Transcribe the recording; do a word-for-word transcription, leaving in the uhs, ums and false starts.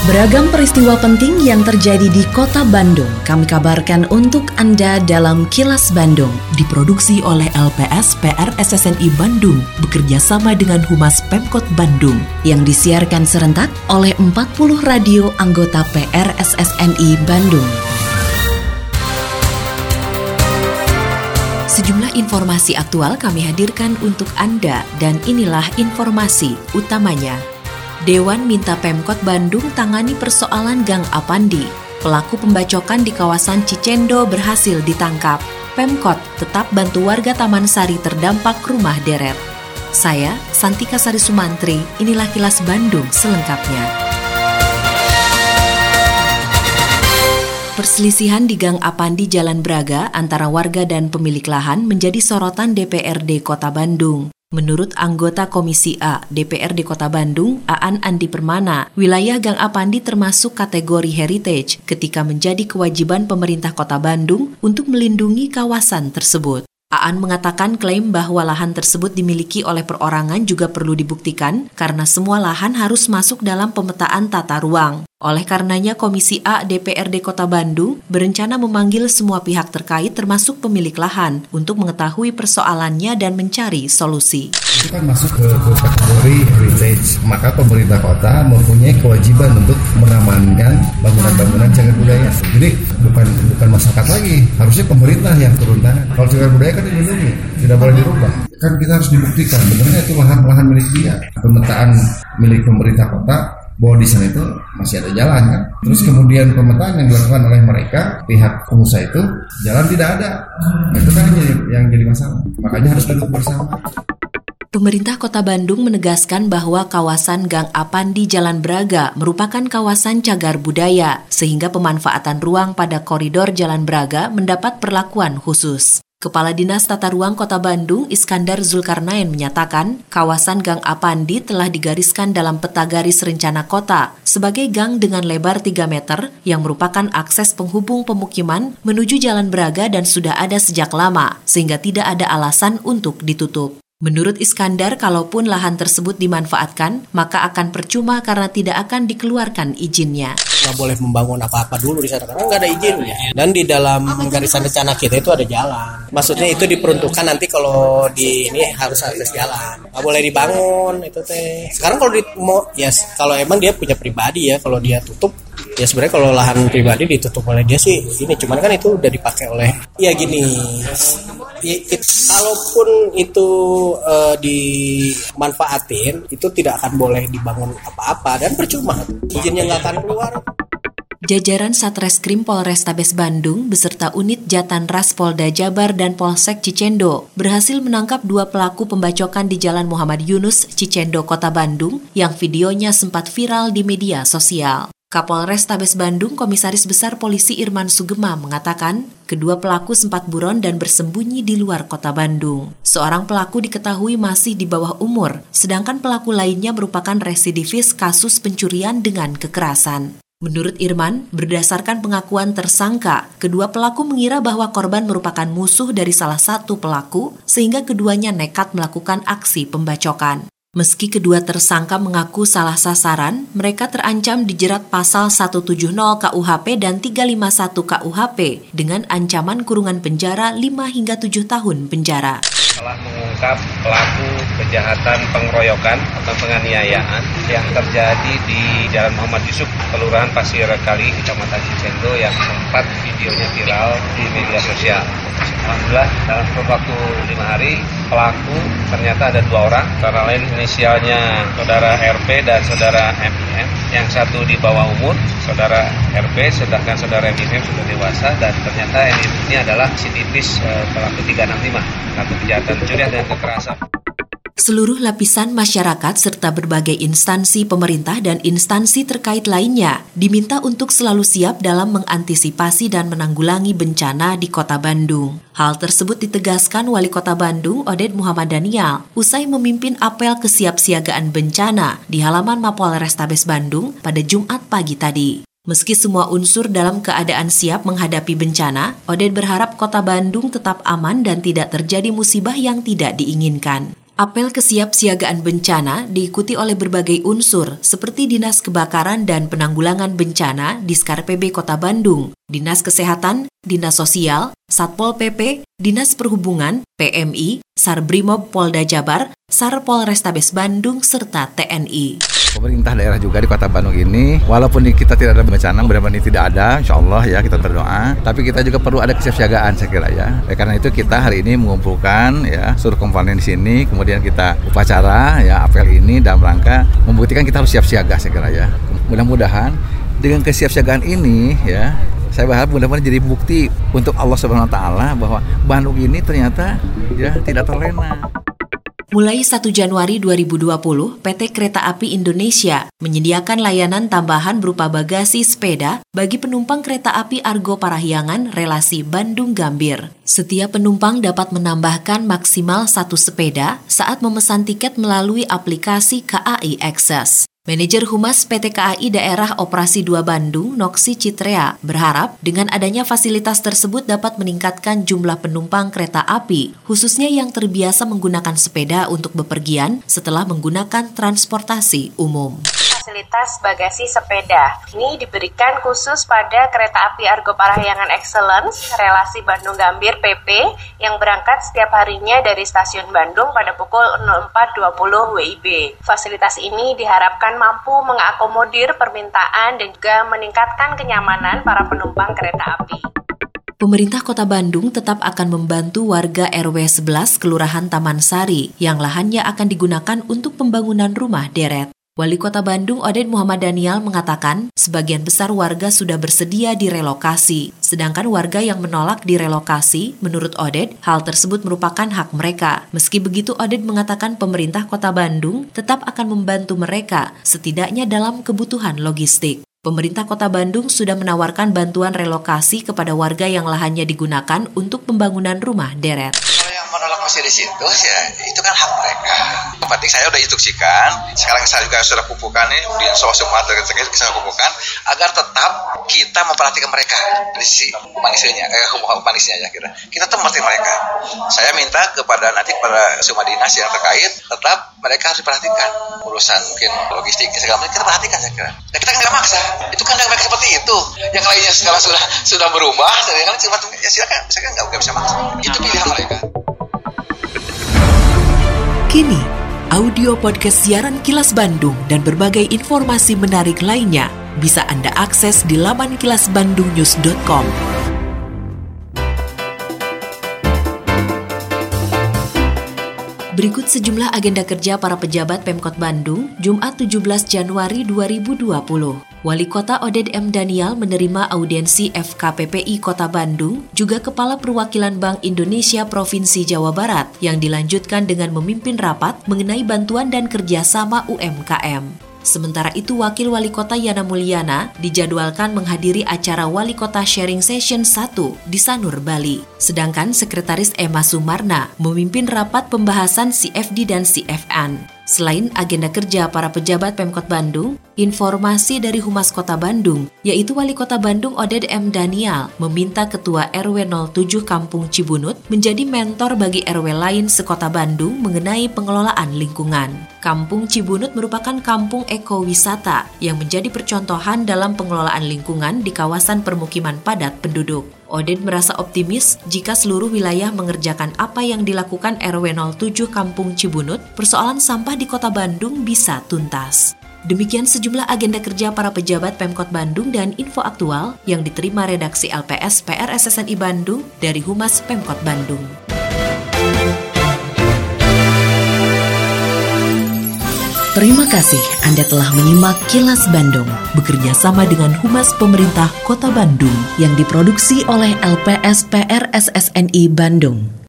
Beragam peristiwa penting yang terjadi di Kota Bandung kami kabarkan untuk Anda dalam Kilas Bandung. Diproduksi oleh L P S P R S S N I Bandung bekerja sama dengan Humas Pemkot Bandung yang disiarkan serentak oleh empat puluh radio anggota P R S S N I Bandung. Sejumlah informasi aktual kami hadirkan untuk Anda dan inilah informasi utamanya. Dewan minta Pemkot Bandung tangani persoalan Gang Apandi. Pelaku pembacokan di kawasan Cicendo berhasil ditangkap. Pemkot tetap bantu warga Taman Sari terdampak rumah deret. Saya, Santika Sari Sumantri, inilah Kilas Bandung selengkapnya. Perselisihan di Gang Apandi Jalan Braga antara warga dan pemilik lahan menjadi sorotan D P R D Kota Bandung. Menurut anggota Komisi A D P R D Kota Bandung, Aan Andi Permana, wilayah Gang Apandi termasuk kategori heritage ketika menjadi kewajiban pemerintah Kota Bandung untuk melindungi kawasan tersebut. Aan mengatakan klaim bahwa lahan tersebut dimiliki oleh perorangan juga perlu dibuktikan karena semua lahan harus masuk dalam pemetaan tata ruang. Oleh karenanya Komisi A D P R D Kota Bandung berencana memanggil semua pihak terkait termasuk pemilik lahan untuk mengetahui persoalannya dan mencari solusi. Itu kan masuk ke, ke kategori heritage, maka pemerintah kota mempunyai kewajiban untuk mengamankan bangunan-bangunan cagar budaya. Jadi bukan bukan masyarakat lagi, harusnya pemerintah yang turun tangan. Kalau cagar budaya kan dilindungi, tidak boleh dirubah. Kan kita harus dibuktikan benar itu lahan-lahan milik dia. Pemetaan milik pemerintah kota bahwa di sana itu masih ada jalan kan. Terus kemudian pemetaan yang dilakukan oleh mereka, pihak pengusaha itu, jalan tidak ada. Nah, itu kan yang, yang jadi masalah. Makanya harus duduk bersama. Pemerintah Kota Bandung menegaskan bahwa kawasan Gang Apandi Jalan Braga merupakan kawasan cagar budaya, sehingga pemanfaatan ruang pada koridor Jalan Braga mendapat perlakuan khusus. Kepala Dinas Tata Ruang Kota Bandung, Iskandar Zulkarnain menyatakan, kawasan Gang Apandi telah digariskan dalam peta garis rencana kota sebagai gang dengan lebar tiga meter yang merupakan akses penghubung pemukiman menuju Jalan Braga dan sudah ada sejak lama, sehingga tidak ada alasan untuk ditutup. Menurut Iskandar, kalaupun lahan tersebut dimanfaatkan, maka akan percuma karena tidak akan dikeluarkan izinnya. Nggak boleh membangun apa-apa dulu di sana karena nggak ada izinnya. Dan di dalam garisan rencana kita itu ada jalan. Maksudnya itu diperuntukkan nanti kalau di ini harus akses jalan. Nggak boleh dibangun itu teh. Sekarang kalau di mau ya kalau emang dia punya pribadi ya, kalau dia tutup ya sebenarnya kalau lahan pribadi ditutup oleh dia sih ini, cuman kan itu udah dipakai oleh ya gini. Ya, it, kalaupun itu uh, dimanfaatin, itu tidak akan boleh dibangun apa-apa dan percuma, izinnya nggak akan keluar. Jajaran Satreskrim Polrestabes Bandung beserta unit Jatanras Polda Jabar dan Polsek Cicendo berhasil menangkap dua pelaku pembacokan di Jalan Muhammad Yunus, Cicendo, Kota Bandung yang videonya sempat viral di media sosial. Kapolrestabes Bandung Komisaris Besar Polisi Irman Sugema mengatakan, kedua pelaku sempat buron dan bersembunyi di luar Kota Bandung. Seorang pelaku diketahui masih di bawah umur, sedangkan pelaku lainnya merupakan residivis kasus pencurian dengan kekerasan. Menurut Irman, berdasarkan pengakuan tersangka, kedua pelaku mengira bahwa korban merupakan musuh dari salah satu pelaku, sehingga keduanya nekat melakukan aksi pembacokan. Meski kedua tersangka mengaku salah sasaran, mereka terancam dijerat pasal seratus tujuh puluh K U H P dan tiga lima satu K U H P dengan ancaman kurungan penjara lima hingga tujuh tahun penjara. Telah mengungkap pelaku kejahatan pengeroyokan atau penganiayaan yang terjadi di Jalan Muhammad Yusuf, Kelurahan Pasir Kali, Kecamatan Cicendo yang sempat videonya viral di media sosial. Alhamdulillah dalam waktu lima hari pelaku ternyata ada dua orang, antara lain inisialnya saudara R P dan saudara M I M. Yang satu di bawah umur, saudara R P, sedangkan saudara M I M sudah dewasa, dan ternyata M I M ini adalah residivis pelaku tiga enam lima, pelaku kejahatan pencurian dan kekerasan. Seluruh lapisan masyarakat serta berbagai instansi pemerintah dan instansi terkait lainnya diminta untuk selalu siap dalam mengantisipasi dan menanggulangi bencana di Kota Bandung. Hal tersebut ditegaskan Wali Kota Bandung Oded Muhammad Daniel usai memimpin apel kesiapsiagaan bencana di halaman Mapolrestabes Bandung pada Jumat pagi tadi. Meski semua unsur dalam keadaan siap menghadapi bencana, Oded berharap Kota Bandung tetap aman dan tidak terjadi musibah yang tidak diinginkan. Apel kesiapsiagaan bencana diikuti oleh berbagai unsur seperti Dinas Kebakaran dan Penanggulangan Bencana Diskar P B Kota Bandung, Dinas Kesehatan, Dinas Sosial, Satpol P P, Dinas Perhubungan, P M I, Sarbrimob Polda Jabar, Sarpol Restabes Bandung, serta T N I. Pemerintah daerah juga di Kota Bandung ini, walaupun kita tidak ada bencana, mudah-mudahan tidak ada, insya Allah ya kita berdoa. Tapi kita juga perlu ada kesiapsiagaan saya kira ya. ya. Karena itu kita hari ini mengumpulkan ya seluruh komponen di sini, kemudian kita upacara ya apel ini dalam rangka membuktikan kita harus siap siaga saya kira ya. Mudah-mudahan dengan kesiapsiagaan ini ya, saya berharap mudah-mudahan jadi bukti untuk Allah Subhanahu Wa Taala bahwa Bandung ini ternyata ya tidak terlena. Mulai satu Januari dua ribu dua puluh, P T Kereta Api Indonesia menyediakan layanan tambahan berupa bagasi sepeda bagi penumpang kereta api Argo Parahyangan relasi Bandung-Gambir. Setiap penumpang dapat menambahkan maksimal satu sepeda saat memesan tiket melalui aplikasi K A I Access. Manajer Humas P T K A I Daerah Operasi dua Bandung, Noksi Citrea, berharap dengan adanya fasilitas tersebut dapat meningkatkan jumlah penumpang kereta api, khususnya yang terbiasa menggunakan sepeda untuk bepergian setelah menggunakan transportasi umum. Fasilitas bagasi sepeda ini diberikan khusus pada kereta api Argo Parahyangan Excellence relasi Bandung-Gambir P P yang berangkat setiap harinya dari stasiun Bandung pada pukul nol empat dua puluh W I B. Fasilitas ini diharapkan mampu mengakomodir permintaan dan juga meningkatkan kenyamanan para penumpang kereta api. Pemerintah Kota Bandung tetap akan membantu warga R W sebelas Kelurahan Taman Sari yang lahannya akan digunakan untuk pembangunan rumah deret. Wali Kota Bandung Oded Muhammad Daniel mengatakan sebagian besar warga sudah bersedia direlokasi. Sedangkan warga yang menolak direlokasi, menurut Oded, hal tersebut merupakan hak mereka. Meski begitu, Oded mengatakan pemerintah Kota Bandung tetap akan membantu mereka, setidaknya dalam kebutuhan logistik. Pemerintah Kota Bandung sudah menawarkan bantuan relokasi kepada warga yang lahannya digunakan untuk pembangunan rumah deret. Menolak masih di situ ya itu kan hak mereka. Yang penting saya udah instruksikan, sekarang saya juga sudah kumpulkan nih di sosial media kita kumpulkan agar tetap kita memperhatikan mereka dari sisi manisnya, eh manisnya ya kira. Kita tuh memperhatikan mereka. Saya minta kepada nanti kepada semua dinas yang terkait tetap mereka harus diperhatikan urusan mungkin logistik segala macam kita perhatikan saya kira. Dan kita kan nggak maksa. Itu kan mereka seperti itu. Yang lainnya sekarang sudah sudah berubah dan yang lain ya silakan. Saya kan nggak bisa maksa. Itu pilihan mereka. Kini, audio podcast siaran Kilas Bandung dan berbagai informasi menarik lainnya bisa Anda akses di laman kilas bandung news dot com. Berikut sejumlah agenda kerja para pejabat Pemkot Bandung, Jumat tujuh belas Januari dua ribu dua puluh. Wali Kota Oded M. Daniel menerima audiensi F K P P I Kota Bandung, juga Kepala Perwakilan Bank Indonesia Provinsi Jawa Barat, yang dilanjutkan dengan memimpin rapat mengenai bantuan dan kerjasama U M K M. Sementara itu, Wakil Wali Kota Yana Mulyana dijadwalkan menghadiri acara Wali Kota Sharing Session satu di Sanur, Bali. Sedangkan Sekretaris Emma Sumarna memimpin rapat pembahasan C F D dan C F N. Selain agenda kerja para pejabat Pemkot Bandung, informasi dari Humas Kota Bandung, yaitu Wali Kota Bandung Oded M. Daniel, meminta Ketua R W nol tujuh Kampung Cibunut menjadi mentor bagi R W lain sekota Bandung mengenai pengelolaan lingkungan. Kampung Cibunut merupakan kampung ekowisata yang menjadi percontohan dalam pengelolaan lingkungan di kawasan permukiman padat penduduk. Oded merasa optimis jika seluruh wilayah mengerjakan apa yang dilakukan R W nol tujuh Kampung Cibunut, persoalan sampah di Kota Bandung bisa tuntas. Demikian sejumlah agenda kerja para pejabat Pemkot Bandung dan info aktual yang diterima redaksi L P S P R S S N I Bandung dari Humas Pemkot Bandung. Terima kasih Anda telah menyimak Kilas Bandung bekerja sama dengan Humas Pemerintah Kota Bandung yang diproduksi oleh L P S P R S S N I Bandung.